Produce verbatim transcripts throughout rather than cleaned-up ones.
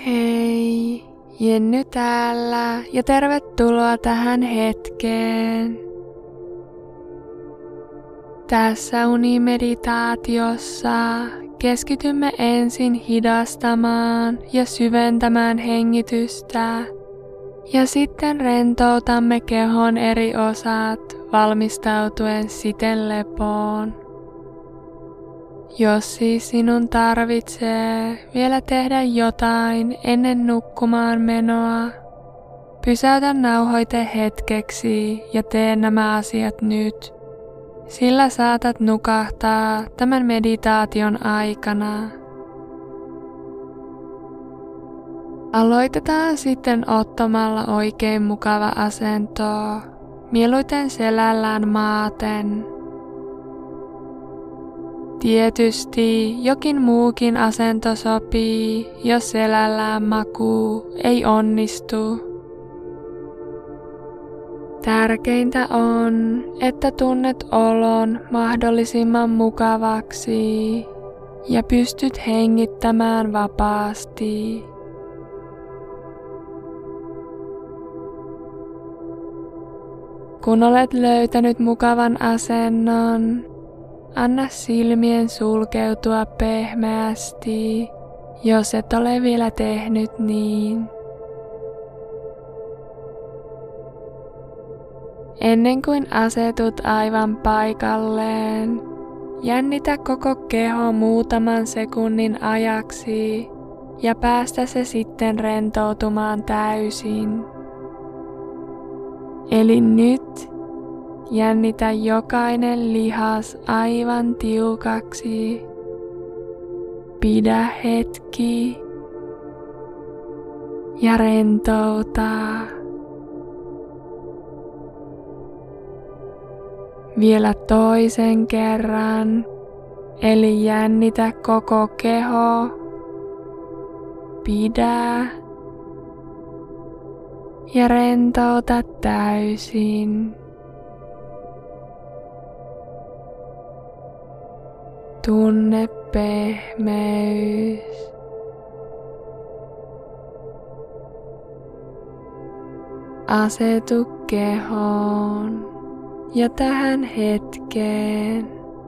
Hei, Jenny täällä ja tervetuloa tähän hetkeen. Tässä unimeditaatiossa keskitymme ensin hidastamaan ja syventämään hengitystä ja sitten rentoutamme kehon eri osat valmistautuen siten lepoon. Jos siis sinun tarvitsee vielä tehdä jotain ennen nukkumaan menoa, pysäytä nauhoite hetkeksi ja tee nämä asiat nyt, sillä saatat nukahtaa tämän meditaation aikana. Aloitetaan sitten ottamalla oikein mukava asento, mieluiten selällään maaten. Tietysti jokin muukin asento sopii, jos selällään maku ei onnistu. Tärkeintä on, että tunnet olon mahdollisimman mukavaksi ja pystyt hengittämään vapaasti. Kun olet löytänyt mukavan asennon, anna silmien sulkeutua pehmeästi, jos et ole vielä tehnyt niin. Ennen kuin asetut aivan paikalleen, jännitä koko keho muutaman sekunnin ajaksi ja päästä se sitten rentoutumaan täysin. Eli nyt jännitä jokainen lihas aivan tiukaksi. Pidä hetki ja rentouta. Vielä toisen kerran, eli jännitä koko keho. Pidä ja rentouta täysin. Tunne pehmeys. Asetu kehoon ja tähän hetkeen.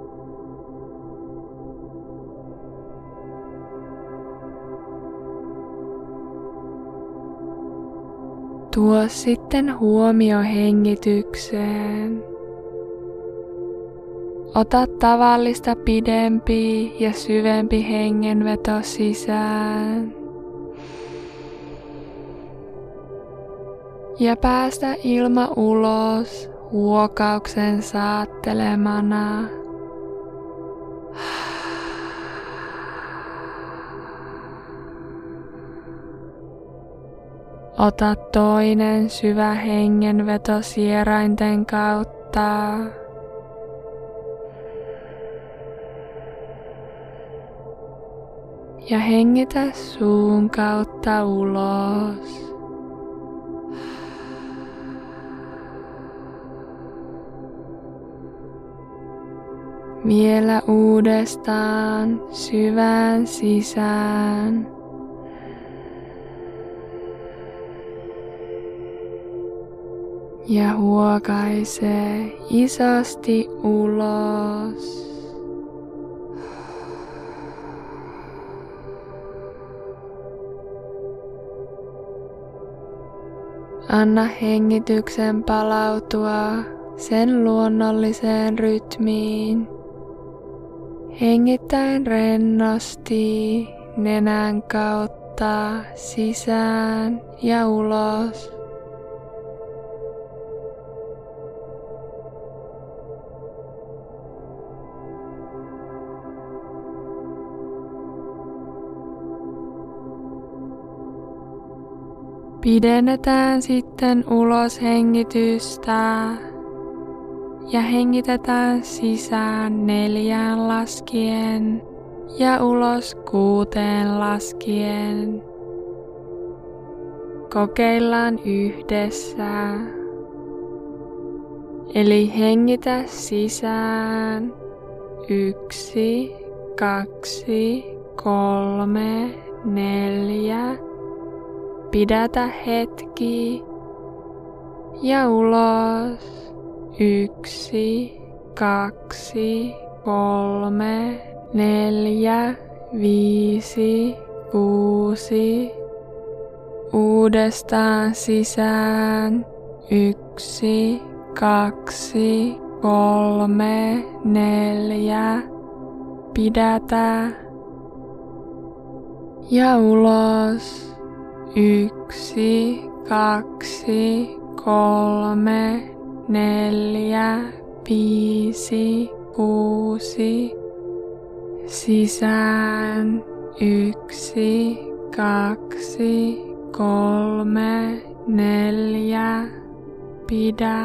Tuo sitten huomio hengitykseen. Ota tavallista pidempi ja syvempi hengenveto sisään. Ja päästä ilma ulos huokauksen saattelemana. Ota toinen syvä hengenveto sierainten kautta. Ja hengitä suun kautta ulos. Vielä uudestaan syvään sisään. Ja huokaise isosti ulos. Anna hengityksen palautua sen luonnolliseen rytmiin. Hengittäen rennosti nenän kautta sisään ja ulos. Pidennetään sitten ulos hengitystä ja hengitetään sisään neljään laskien ja ulos kuuteen laskien. Kokeillaan yhdessä. Eli hengitä sisään. Yksi, kaksi, kolme, neljä, pidätä hetki ja ulos. Yksi, kaksi, kolme, neljä, viisi, kuusi. Uudestaan sisään. Yksi, kaksi, kolme, neljä. Pidätä. Ja ulos. Yksi, kaksi, kolme, neljä, viisi, kuusi. Sisään. Yksi, kaksi, kolme, neljä. Pidä.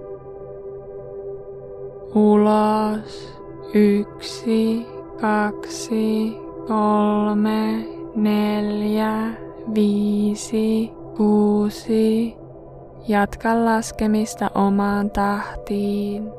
Ulos. Yksi, kaksi, kolme, neljä, viisi, kuusi. Jatka laskemista omaan tahtiin.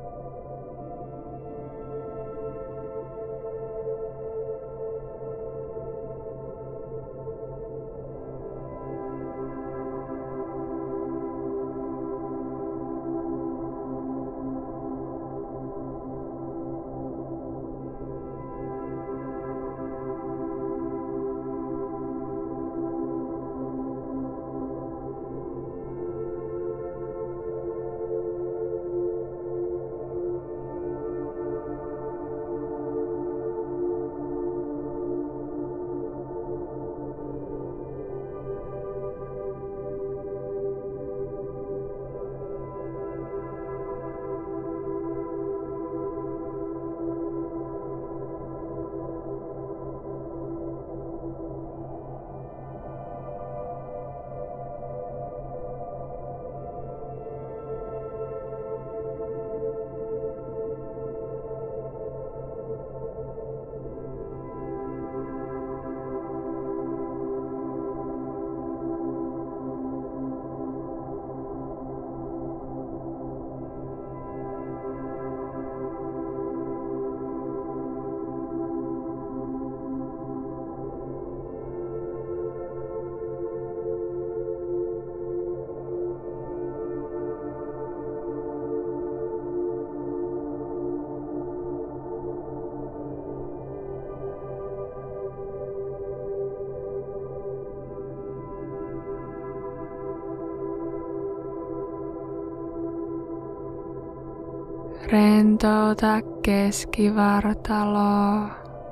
Rentouta keskivartaloa.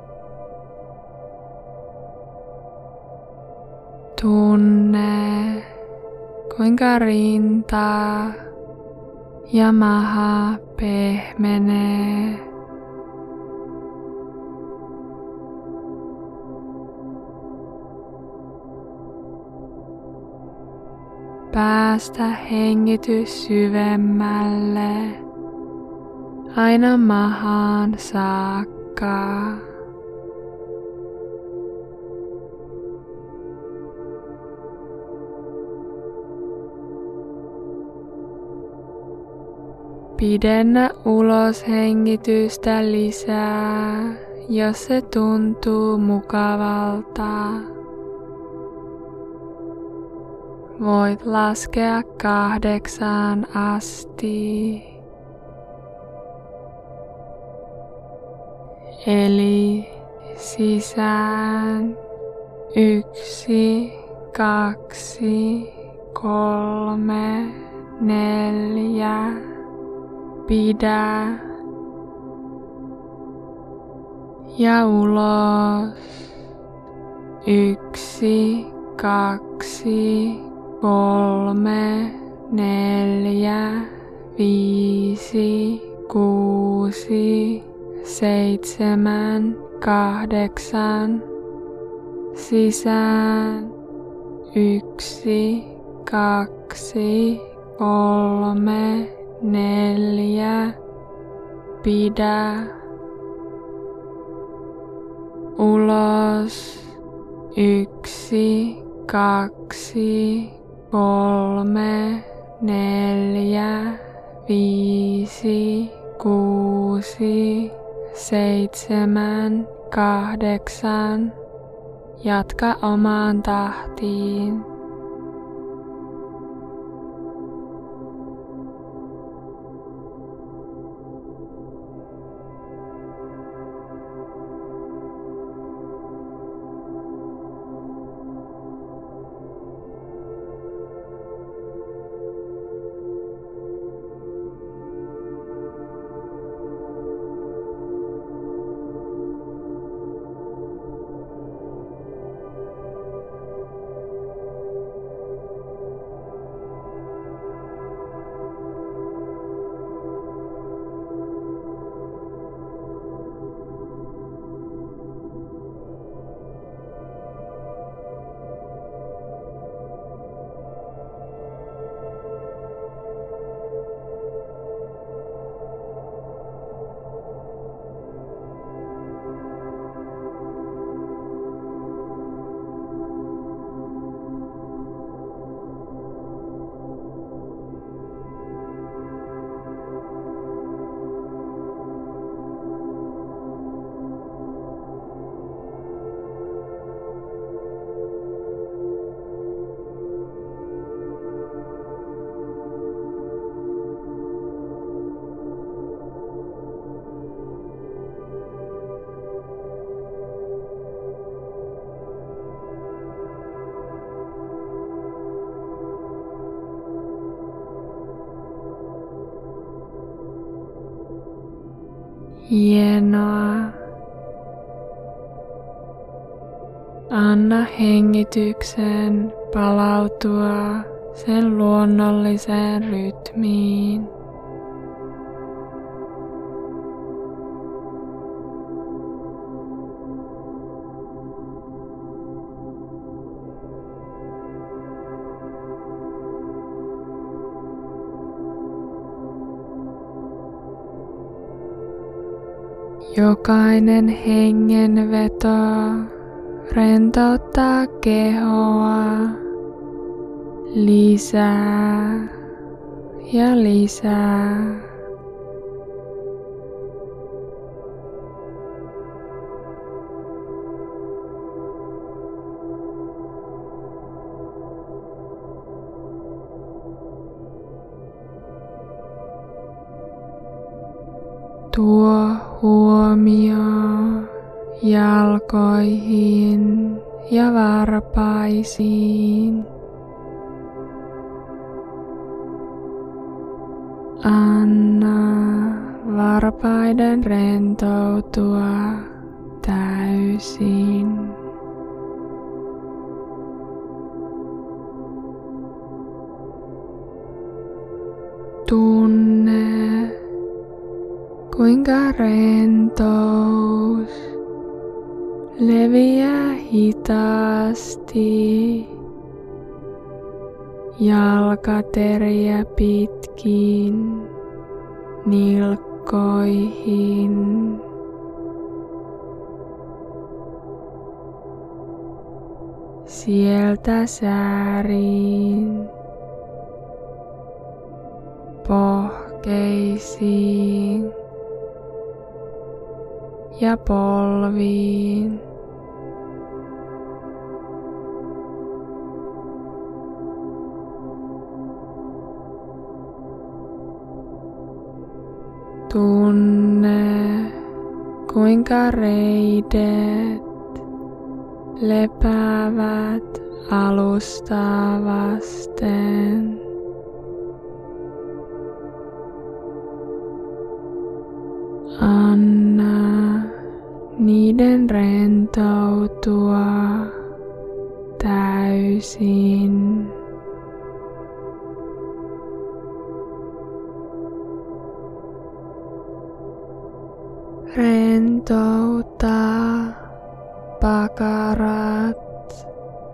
Tunne, kuinka rinta ja maha pehmenee. Päästä hengitys syvemmälle. Aina mahaan saakka. Pidennä ulos hengitystä lisää, jos se tuntuu mukavalta. Voit laskea kahdeksaan asti. Eli sisään. Yksi, kaksi, kolme, neljä. Pidä. Ja ulos. Yksi, kaksi, kolme, neljä, viisi, kuusi, seitsemän, kahdeksan. Sisään. Yksi, kaksi, kolme, neljä. Pidä. Ulos. Yksi, kaksi, kolme, neljä, viisi, kuusi, seitsemän, kahdeksan. Jatka omaan tahtiin. Hienoa. Anna hengityksen palautua sen luonnolliseen rytmiin. Jokainen hengenveto rentouttaa kehoa lisää ja lisää. Tuo huomio jalkoihin ja varpaisiin. Anna varpaiden rentoutua täysin. Tunne, kuinka rentous leviää hitaasti jalkateriä pitkin nilkkoihin. Sieltä sääriin, pohkeisiin ja polviin. Tunne, kuinka reidet lepäävät alustaa vasten. Anna niiden rentoutua täysin. Rentouta pakarat,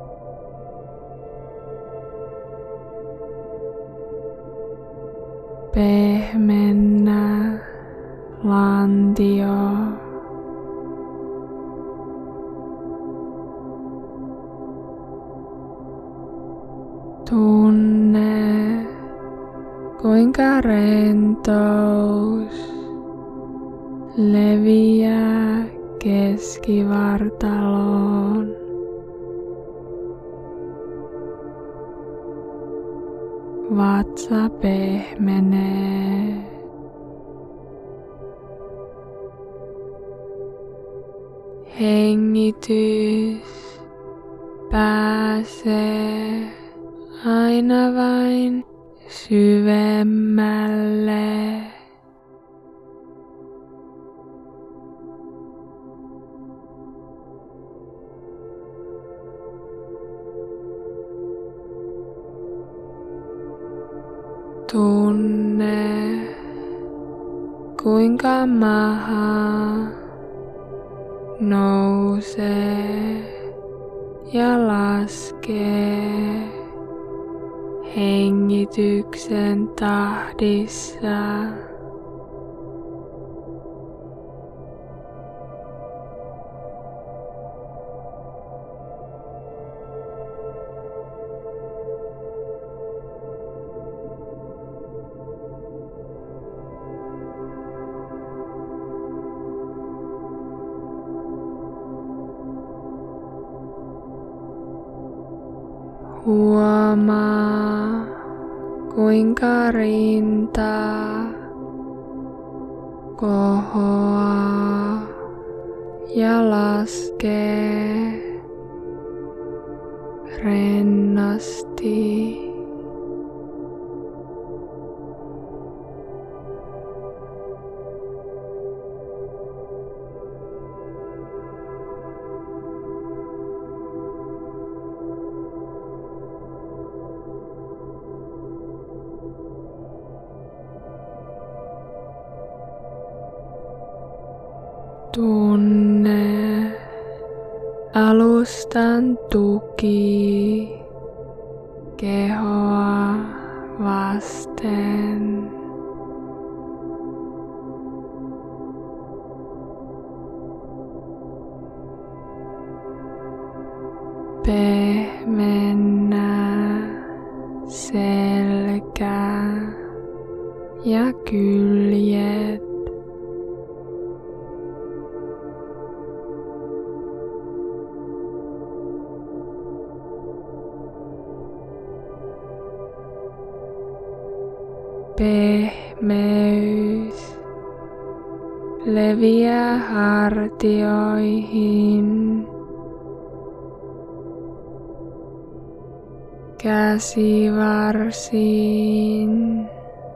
pehmennä lantio. Tunne, kuinka rentous leviää keskivartaloon. Vatsa pehmenee. Hengitys pääsee aina vain syvemmälle. Tunne, kuinka maha nousee ja laskee hengityksen tahdissa. Huomaa, kuinka rinta kohoaa ja laskee rennosti. Tunne alustan tuki kehoa vasten. Pehmennä selkä ja kyljet. Pehmeys leviää hartioihin, käsivarsiin,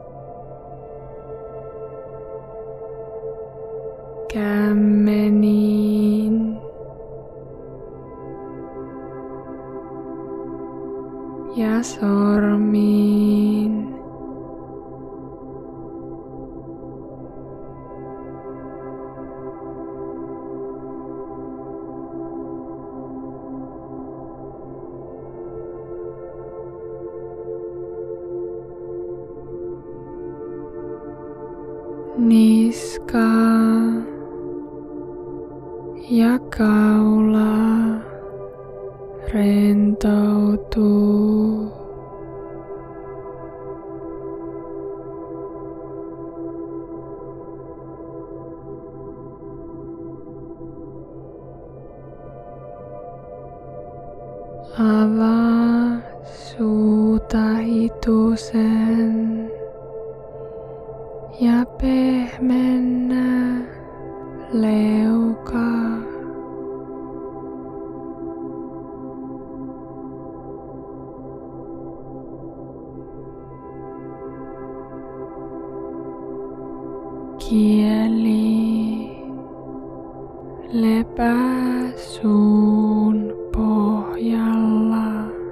kämmeniin ja sormiin. Niska ja kaula rentoutuu. Avaa suuta hitusen ja pehmennä leukaa. Kieli lepää suun pohjalla.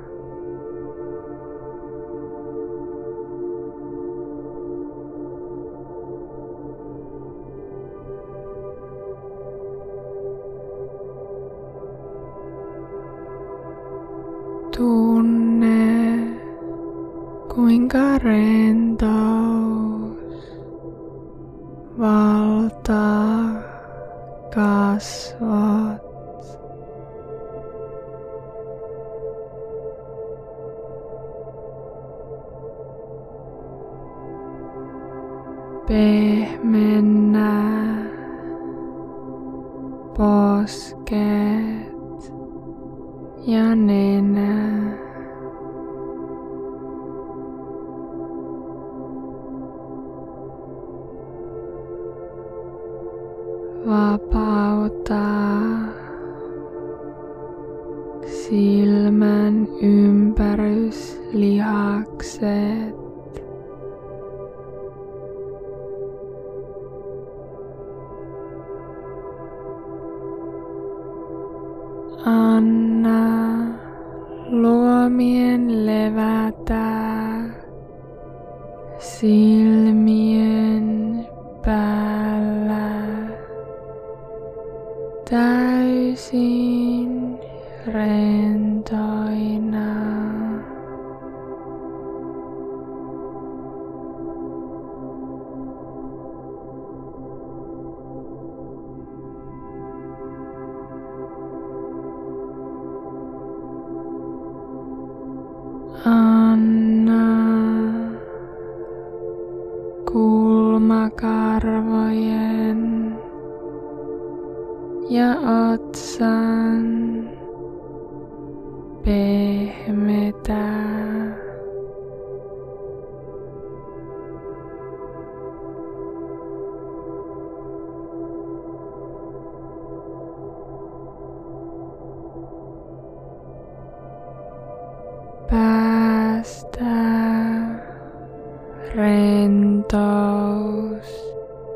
Tunne, kuinka rentous valtaa kasvot. Pehmennä posket ja nenä. Vapauta silmän ympäryslihakset. Anna luomien levätä silmien päällä täysin rentoina. Anna kulmakarvojen ja otsan pehmetä. Päästä rentous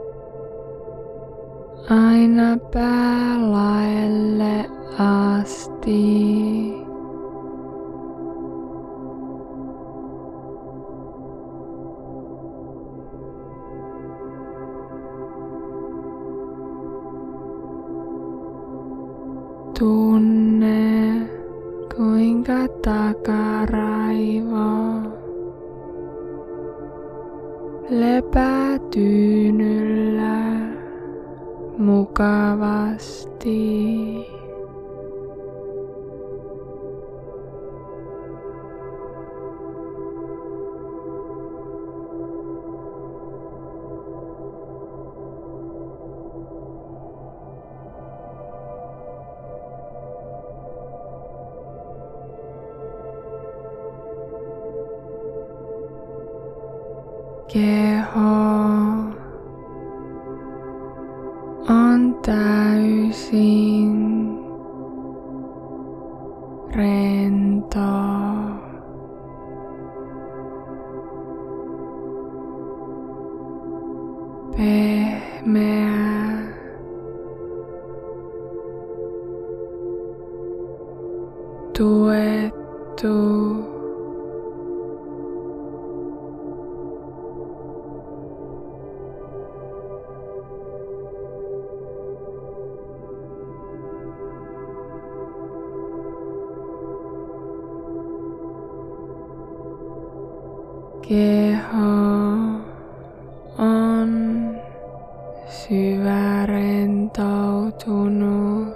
aina päälaelle asti. Tunne, kuinka takaraivo lepää tyynyllä mukavasti. Keho on täysin rento. Pehmeä. Tuettu. Keho on syvärentoutunut.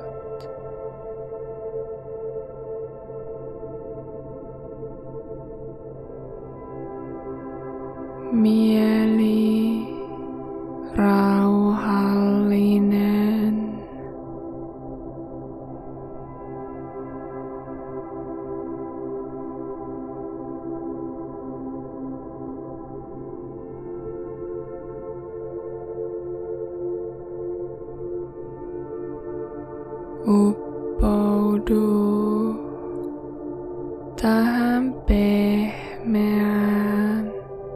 Mieli rauhallinen. Uppoudu tähän pehmeään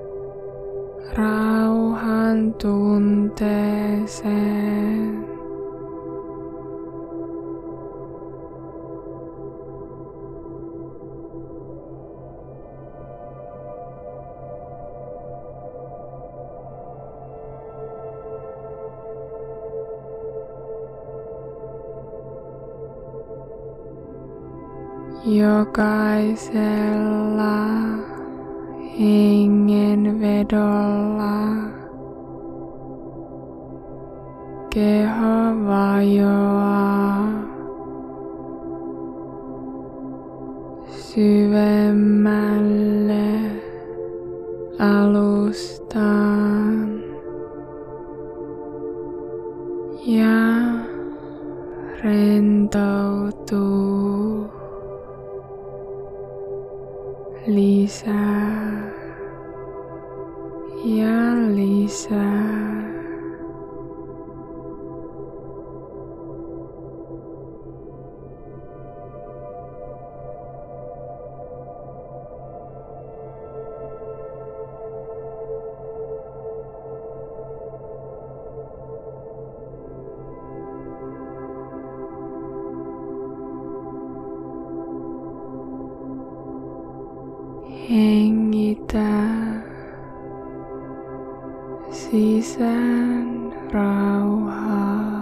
rauhan tunteeseen. Jokaisella hengenvedolla keho vajoaa syvemmälle alustaan ja rentoutuu lisää ja lisää. Hengitä sisään rauhaa.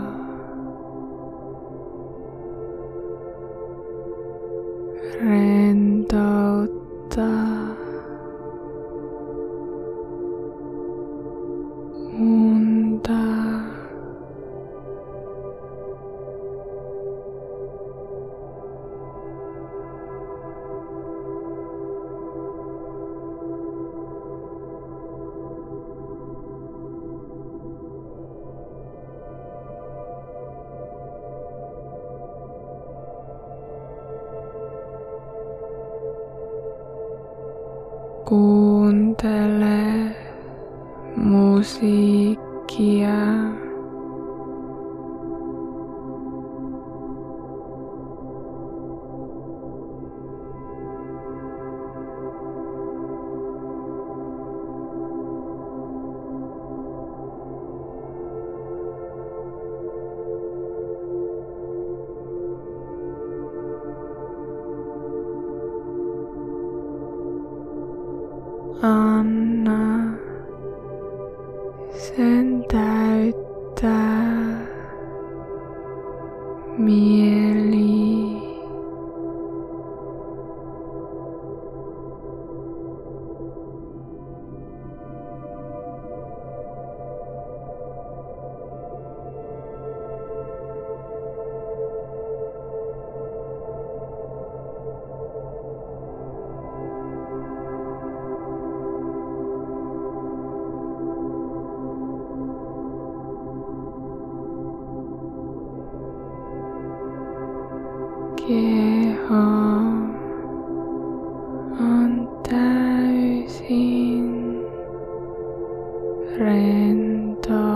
Rentouttaa unta. Kuuntele musiikkia. Anna sen täyttää mielesi. mieli. Keho on täysin rento.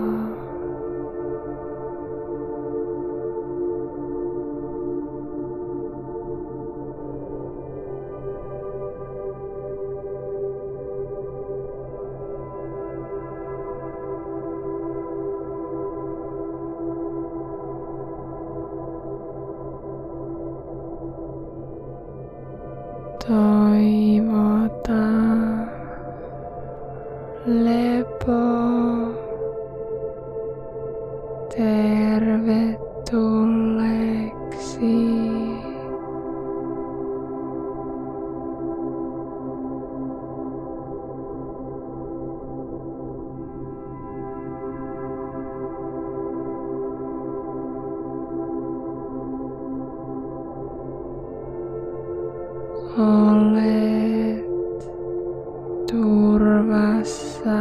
Toivota lepo tervetulleeksi. Olet turvassa.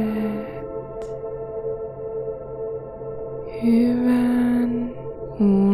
Ansaitset hyvän unen.